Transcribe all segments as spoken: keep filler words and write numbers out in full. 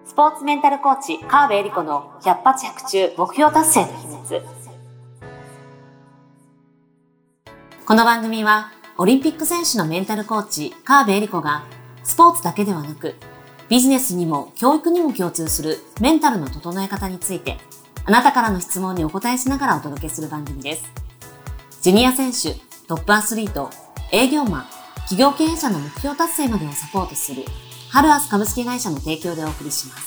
スポーツメンタルコーチ川辺恵理子の百発百中目標達成の秘密。この番組はオリンピック選手のメンタルコーチ川辺恵理子がスポーツだけではなくビジネスにも教育にも共通するメンタルの整え方についてあなたからの質問にお答えしながらお届けする番組です。ジュニア選手、トップアスリート、営業マン、企業経営者の目標達成までをサポートするハルアス株式会社の提供でお送りします。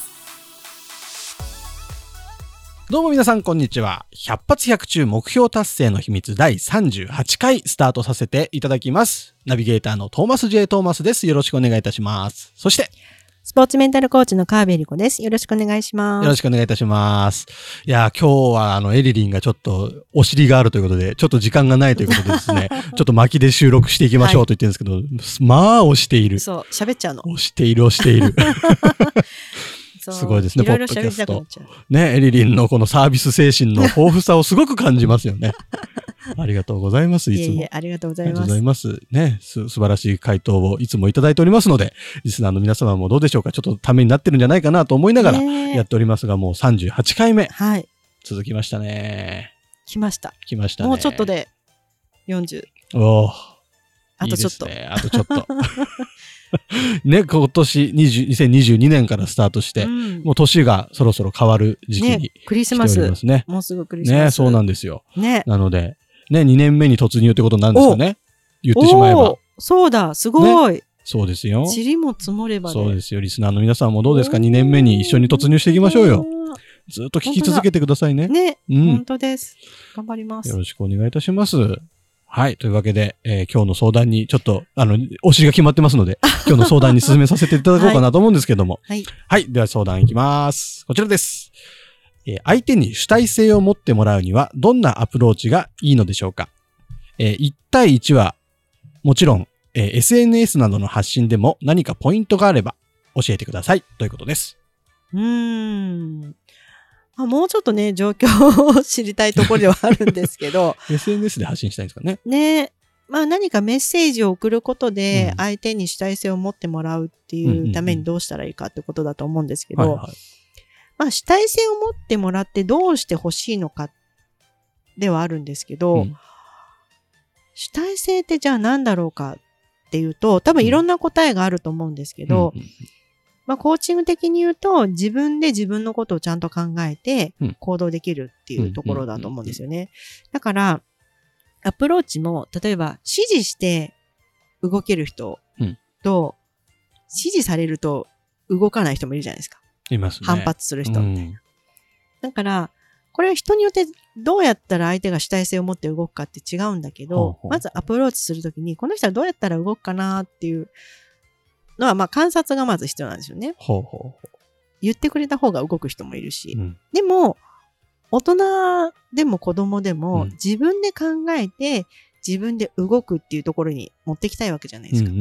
どうも皆さんこんにちは。百発百中目標達成の秘密だいさんじゅうはちかいスタートさせていただきます。ナビゲーターのトーマス J トーマスです。よろしくお願いいたします。そしてスポーツメンタルコーチの川辺恵理子です。よろしくお願いします。 よろしくお願いいたします。いや、今日はあのエリリンがちょっとお尻があるということで、ちょっと時間がないということでですね、ちょっと巻きで収録していきましょうと言ってるんですけど、はい、まあ押している。 そう、喋っちゃうの。 押している押している。すごいですね、ポッドキャスト。ね、エリリンのこのサービス精神の豊富さをすごく感じますよね。ありがとうございます。いつも。 いえいえ、ありがとうございます。 ありがとうございます。ね、す、素晴らしい回答をいつもいただいておりますので、リスナーの皆様もどうでしょうか。ちょっとためになってるんじゃないかなと思いながらやっておりますが、もうさんじゅうはちかいめ。 はい。 続きましたね。 来ました。 来ましたね。 もうちょっとでよんじゅう。 おー。 あとちょっと。 いいですね。あとちょっと。ね、今年にせんにじゅうにねんからスタートして、うん、もう年がそろそろ変わる時期に、ね、 クリスマスますね。 もうすぐクリスマス。 ね、そうなんですよ。 ね。 なので、ね、にねんめに突入ってことになるんですかね。言ってしまえば。 そうだ、すごい。 ね、そうですよ。 塵も積もればね。 そうですよ。リスナーの皆さんもどうですか？ に 年目に一緒に突入していきましょうよ。ずっと聞き続けてくださいね。 ね、うん、本当です。頑張ります。 よろしくお願いいたします。はい。というわけで、えー、今日の相談にちょっと、あの、お尻が決まってますので、今日の相談に進めさせていただこうかなと思うんですけども。 はい。 はい。では相談いきます。こちらです。えー、相手に主体性を持ってもらうには、どんなアプローチがいいのでしょうか？えー、いち対いちは、もちろん、えー、エスエヌエス などの発信でも何かポイントがあれば教えてください。ということです。 うーん。まあ、もうちょっとね、状況を知りたいところではあるんですけど。 エスエヌエス で発信したいんですかね。 ね。まあ何かメッセージを送ることで、相手に主体性を持ってもらうっていうためにどうしたらいいかってことだと思うんですけど、まあ主体性を持ってもらってどうしてほしいのかではあるんですけど、うん、主体性ってじゃあ何だろうかっていうと、多分いろんな答えがあると思うんですけど、うんうん、まあコーチング的に言うと、自分で自分のことをちゃんと考えて行動できるっていうところだと思うんですよね。だから、アプローチも、例えば指示して動ける人と、うん、指示されると動かない人もいるじゃないですか。 いますね。 反発する人みたいな。うん、だから、これは人によってどうやったら相手が主体性を持って動くかって違うんだけど、ほうほうまずアプローチするときに、この人はどうやったら動くかなっていうのは、まあ観察がまず必要なんですよね。 ほうほうほう言ってくれた方が動く人もいるし。 うん、 でも、大人でも子供でも、うん、自分で考えて自分で動くっていうところに持ってきたいわけじゃないですか。 うんうんうん、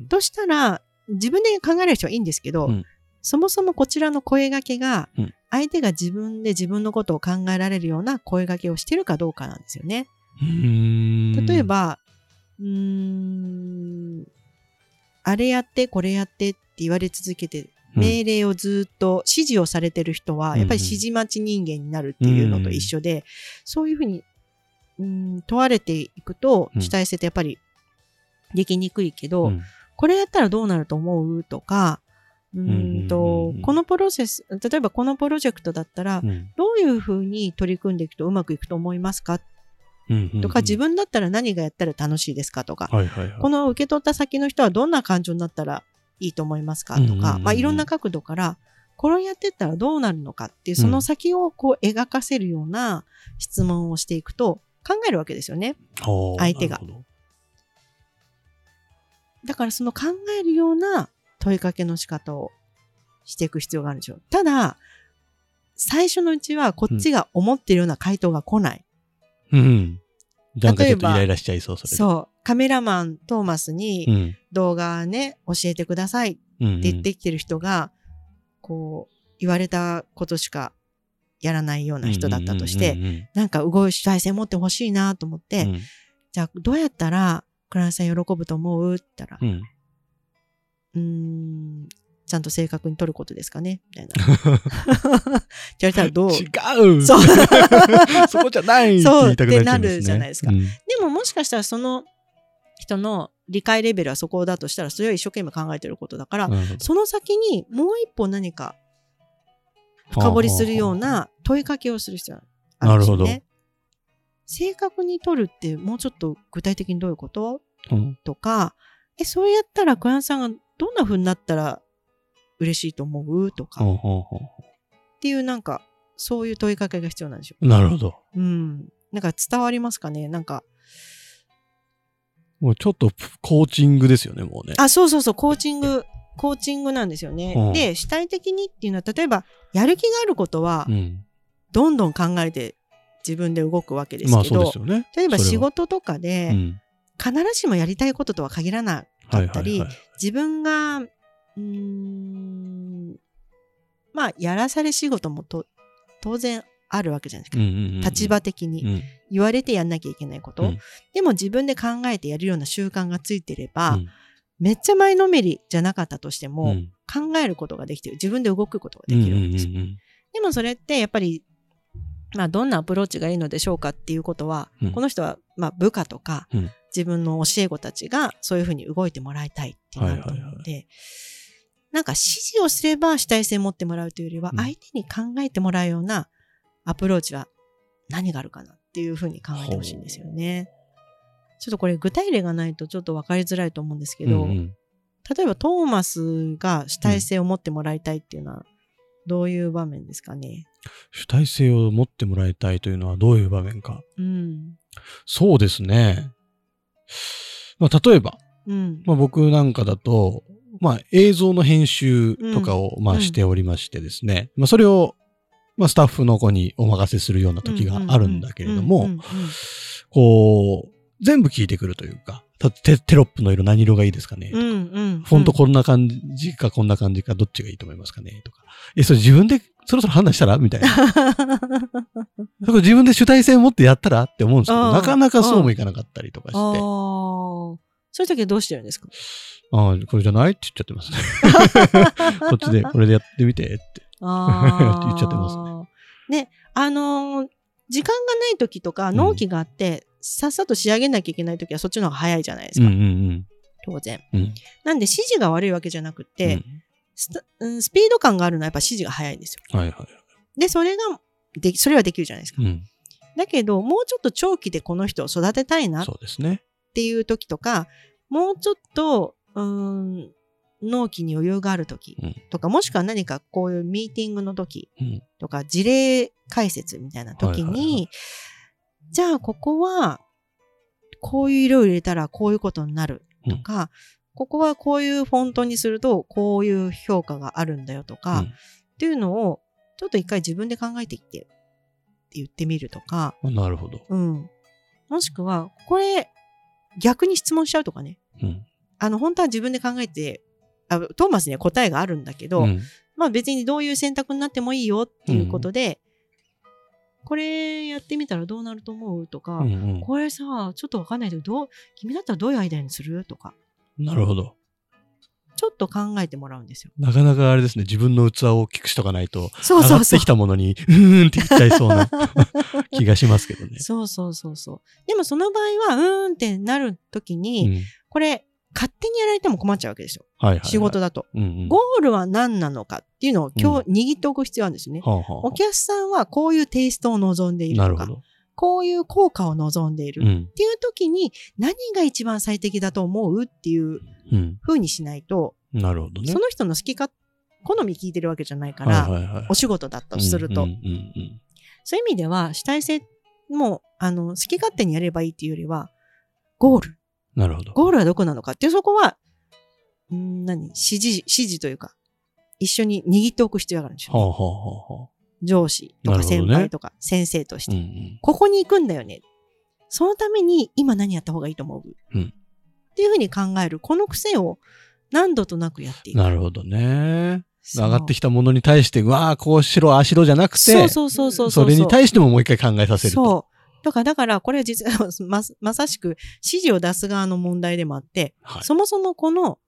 としたら、自分で考える人はいいんですけど、うん、そもそもこちらの声掛けが、うん、相手が自分で自分のことを考えられるような声掛けをしてるかどうかなんですよね。 うーん例えば、うーん、あれやってこれやってって言われ続けて、命令をずっと指示をされてる人は、やっぱり指示待ち人間になるっていうのと一緒で、うんうん、そういうふうに、うん、問われていくと、主体性ってやっぱりできにくいけど、うん、これやったらどうなると思うとか、うんと、このプロセス、例えばこのプロジェクトだったら、うん、どういうふうに取り組んでいくとうまくいくと思いますか、うんうんうん、とか、自分だったら何がやったら楽しいですかとか、 はいはいはい、 この受け取った先の人はどんな感情になったらいいと思いますかとか、うんうんうん、まあいろんな角度から、これをやってったらどうなるのかっていう、その先をこう描かせるような質問をしていくと考えるわけですよね。相手が。だからその考えるような問いかけの仕方をしていく必要があるんですよ。ただ、最初のうちはこっちが思っているような回答が来ない。 うん。なんかちょっとイライラしちゃいそう、それ。 そう。カメラマントーマスに動画ね、教えてくださいって言ってきてる人が、こう、言われたことしかやらないような人だったとして、なんか動い主体性持ってほしいなと思って、うん、じゃあどうやったらクライアントさん喜ぶと思うって言ったら、うん、うーん、 ちゃんと正確に取ることですかねみたいな。って言われたらどう違うそうそこじゃないって言いたくなっちゃいますね。 そうってなるじゃないですか。 うん、 でももしかしたらその人の理解レベルはそこだとしたら、それは一生懸命考えてることだから、その先にもう一歩何か深掘りするような問いかけをする必要があるんですよね。なるほど。正確に取るってもうちょっと具体的にどういうこと、うん、とか、え、そうやったらクライアントさんがどんな風になったら嬉しいと思うとか、っていうなんか、そういう問いかけが必要なんでしょう。 なるほど。 うん。なんか伝わりますかね、なんか。 もうちょっとコーチングですよね、もうね。 あ、そうそうそう、コーチング、コーチングなんですよね。うん、で、主体的にっていうのは、例えば、やる気があることは、うん、どんどん考えて自分で動くわけですけど、まあそうですよね、例えば仕事とかで、うん、必ずしもやりたいこととは限らなかったり、はいはいはい、自分が、うーん、まあ、やらされ仕事もと当然あるわけじゃないですか。うんうんうんうん、立場的に、うん、言われてやんなきゃいけないこと、うん。でも自分で考えてやるような習慣がついてれば、うん、めっちゃ前のめりじゃなかったとしても、うん、考えることができてる。自分で動くことができるわけです。うんうんうんうん、でもそれってやっぱり、まあ、どんなアプローチがいいのでしょうかっていうことは、うん、この人はまあ部下とか、うん、自分の教え子たちがそういうふうに動いてもらいたいってなると思うので、はいはいはい、なんか指示をすれば主体性を持ってもらうというよりは、相手に考えてもらうようなアプローチは何があるかなっていうふうに考えてほしいんですよね。ちょっとこれ具体例がないとちょっと分かりづらいと思うんですけど、うんうん、例えばトーマスが主体性を持ってもらいたいっていうのはどういう場面ですかね。 主体性を持ってもらいたいというのはどういう場面か。うん、そうですね。まあ、例えば、うんまあ、僕なんかだと、まあ、映像の編集とかを、まあ、しておりましてですね、うん、まあ、それを、まあ、スタッフの子にお任せするような時があるんだけれども、こう、全部聞いてくるというか、テ, テロップの色何色がいいですかねとか、うんうんうん、フォントこんな感じかこんな感じかどっちがいいと思いますかねとか、え、それ自分でそろそろ判断したらみたいな。そこ自分で主体性を持ってやったらって思うんですけど、なかなかそうもいかなかったりとかして。 そういう時はどうしてるんですか？ ああ、これじゃないって言っちゃってますね。こっちでこれでやってみてってあ言っちゃってますね。ね、あのー、時間がない時とか納期があって、うん、さっさと仕上げなきゃいけない時はそっちの方が早いじゃないですか。うんうんうん、当然、うん。なんで指示が悪いわけじゃなくて、うんス, スピード感があるのはやっぱ指示が早いんですよ。はいはい。で、それができ、それはできるじゃないですか。うん、だけど、もうちょっと長期でこの人を育てたいなっていう時とか、もうちょっと、うーん、納期に余裕がある時とか、うん、もしくは何かこういうミーティングの時とか、うん、事例解説みたいな時に、はいはいはい、じゃあここは、こういう色を入れたらこういうことになるとか、うんここはこういうフォントにするとこういう評価があるんだよとか、うん、っていうのをちょっと一回自分で考えていってって言ってみるとか。 なるほど。 うん。もしくは、これ逆に質問しちゃうとかね。うん、あの、本当は自分で考えて、あトーマスには答えがあるんだけど、うん、まあ別にどういう選択になってもいいよっていうことで、うん、これやってみたらどうなると思うとか、うんうん、これさ、ちょっとわかんないけど、どう、君だったらどういうアイデアにするとか。 なるほど。 ちょっと考えてもらうんですよ。 なかなかあれですね、自分の器を大きくしとかないと、そうそうそう上がってきたものに、うーんって言っちゃいそうな気がしますけどね。 そうそうそうそう。でもその場合は、うーんってなるときに、うん、これ、勝手にやられても困っちゃうわけですよ。はいはいはい、仕事だと、うんうん。ゴールは何なのかっていうのを今日握っておく必要あるんですよね。うんはあはあ、お客さんはこういうテイストを望んでいるとか。なるほど。こういう効果を望んでいるっていう時に何が一番最適だと思うっていう風にしないと、 うん、なるほどね。 その人の好きか、好み聞いてるわけじゃないから、はいはいはい、お仕事だったとすると、うんうんうんうん、そういう意味では主体性もあの好き勝手にやればいいっていうよりは、ゴール。 なるほど。 ゴールはどこなのかっていうそこは、ん何指示、指示というか、一緒に握っておく必要があるんですよ、ね。はあはあはあ上司とか先輩とか先生として、ねうんうん、ここに行くんだよね。そのために今何やった方がいいと思う、うん、っていうふうに考えるこの癖を何度となくやっていく。 なるほどね。上がってきたものに対してわあこうしろああしろじゃなくて、 そうそうそうそうそう、 それに対してももう一回考えさせると。 そう。だからだからこれは実は ま, まさしく指示を出す側の問題でもあって、はい、そもそもこの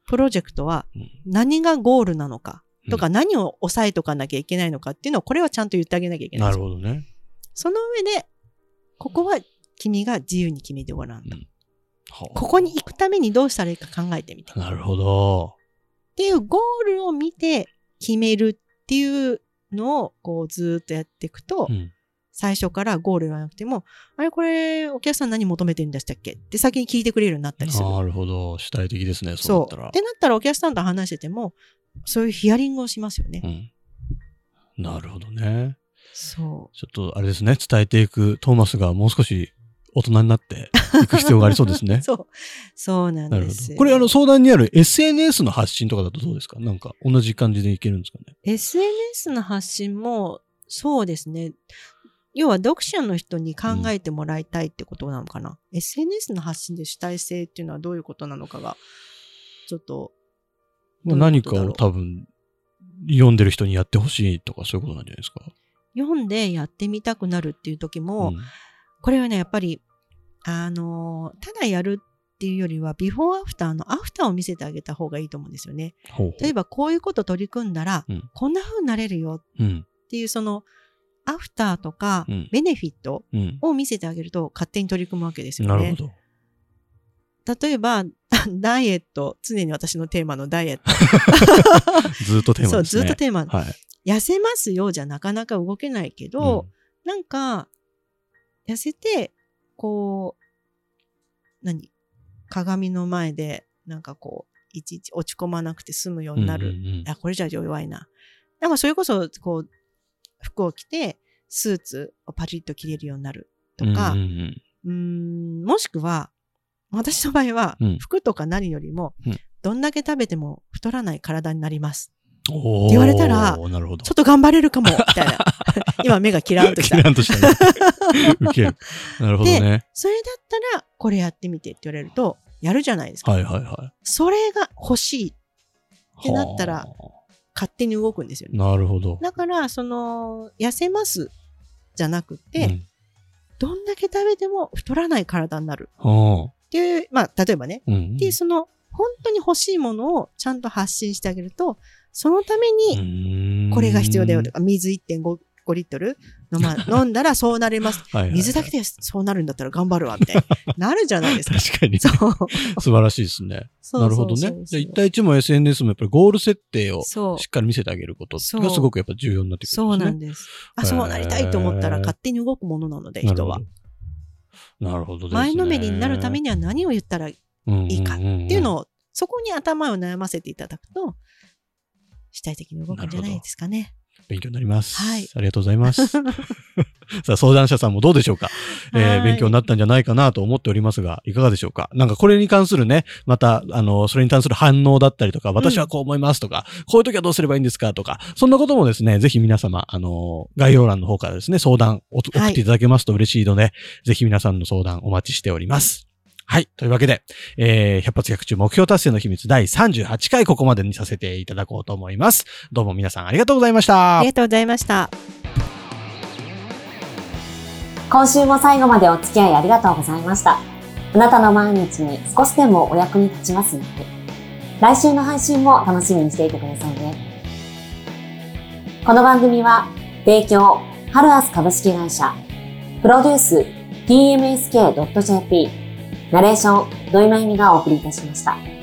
プロジェクトは何がゴールなのかとか、何を抑えとかなきゃいけないのかっていうのを、これはちゃんと言ってあげなきゃいけない。 なるほどね。 その上で、ここは君が自由に決めてごらんと。 うん、 ここに行くためにどうしたらいいか考えてみて。 なるほど。 っていうゴールを見て決めるっていうのをこうずーっとやっていくと、うん、最初からゴールがなくても、あれこれお客さん何求めてるんでしたっけって先に聞いてくれるようになったりする。 なるほど。主体的ですね。そうだったら。 そう。ってなったらお客さんと話してても、そういうヒアリングをしますよね。 うん、なるほどね。 そう。 ちょっとあれですね。伝えていくトーマスがもう少し大人になっていく必要がありそうですね。 そう。そうなんです。 これあの相談にある エスエヌエス の発信とかだとどうですか？なんか同じ感じでいけるんですかね？ エスエヌエス の発信もそうですね。要は読者の人に考えてもらいたいってことなのかな、うん、エスエヌエス の発信で主体性っていうのはどういうことなのかが、ちょっとまあ、何かを多分読んでる人にやってほしいとかそういうことなんじゃないですか？ 読んでやってみたくなるっていう時も、うん、これはねやっぱりあのただやるっていうよりはビフォーアフターのアフターを見せてあげた方がいいと思うんですよね。 ほうほう。 例えばこういうこと取り組んだら、うん、こんな風になれるよっていう、うん、そのアフターとか、うん、ベネフィットを見せてあげると勝手に取り組むわけですよね。 なるほど。 例えば、ダイエット、常に私のテーマのダイエット。 ずっとテーマですね。 そう、ずっとテーマ。 はい、 痩せますよじゃなかなか動けないけど、うん、なんか、痩せて、こう、何鏡の前で、なんかこう、いちいち落ち込まなくて済むようになる。うんうんうん、あ、これじゃ弱いな。なんかそれこそ、こう、服を着て、スーツをパチッと着れるようになるとか、うんうんうん、うーんもしくは、私の場合は、うん、服とか何よりも、うん、どんだけ食べても太らない体になります。って言われたら、ちょっと頑張れるかも、みたいな。今目がキラーンとした。 キラーンとしたね。受ける。なるほどね。 で、それだったら、これやってみてって言われると、やるじゃないですか。 はいはいはい。 それが欲しいってなったら、勝手に動くんですよね。 なるほど。 だから、その、痩せますじゃなくて、うん、どんだけ食べても太らない体になる。っていう、まあ、例えばね。うんうん、で、その、本当に欲しいものをちゃんと発信してあげると、そのために、これが必要だよとか、水 いってんご リットル飲,、ま、飲んだらそうなれます。はいはいはい、水だけでそうなるんだったら頑張るわ、みたいな。なるじゃないですか。 確かに。そう。素晴らしいですね。そうそうそうそう。なるほどね。じゃあいち対いちも エスエヌエス もやっぱりゴール設定をしっかり見せてあげることがすごくやっぱ重要になってくるんですね。 そうなんです。あ、そうなりたいと思ったら勝手に動くものなので、人は。 なるほどですね。 前のめりになるためには何を言ったらいいかっていうのを、そこに頭を悩ませていただくと、主体的に動くんじゃないですかね。 勉強になります。 はい。 ありがとうございます。さあ、相談者さんもどうでしょうか、えー、勉強になったんじゃないかなと思っておりますが、いかがでしょうか？なんかこれに関するね、また、あの、それに関する反応だったりとか、私はこう思いますとか、うん、こういう時はどうすればいいんですかとか、そんなこともですね、ぜひ皆様、あの、概要欄の方からですね、相談を送っていただけますと嬉しいので、はい、ぜひ皆さんの相談お待ちしております。はい。というわけで、えー、百発百中目標達成の秘密だいさんじゅうはちかいここまでにさせていただこうと思います。どうも皆さんありがとうございました。 ありがとうございました。 今週も最後までお付き合いありがとうございました。あなたの毎日に少しでもお役に立ちますので、来週の配信も楽しみにしていてくださいね。この番組は、提供、ハルアス株式会社、プロデュース、ティーエムエスケードットジェーピー、ナレーション、土井真由美がお送りいたしました。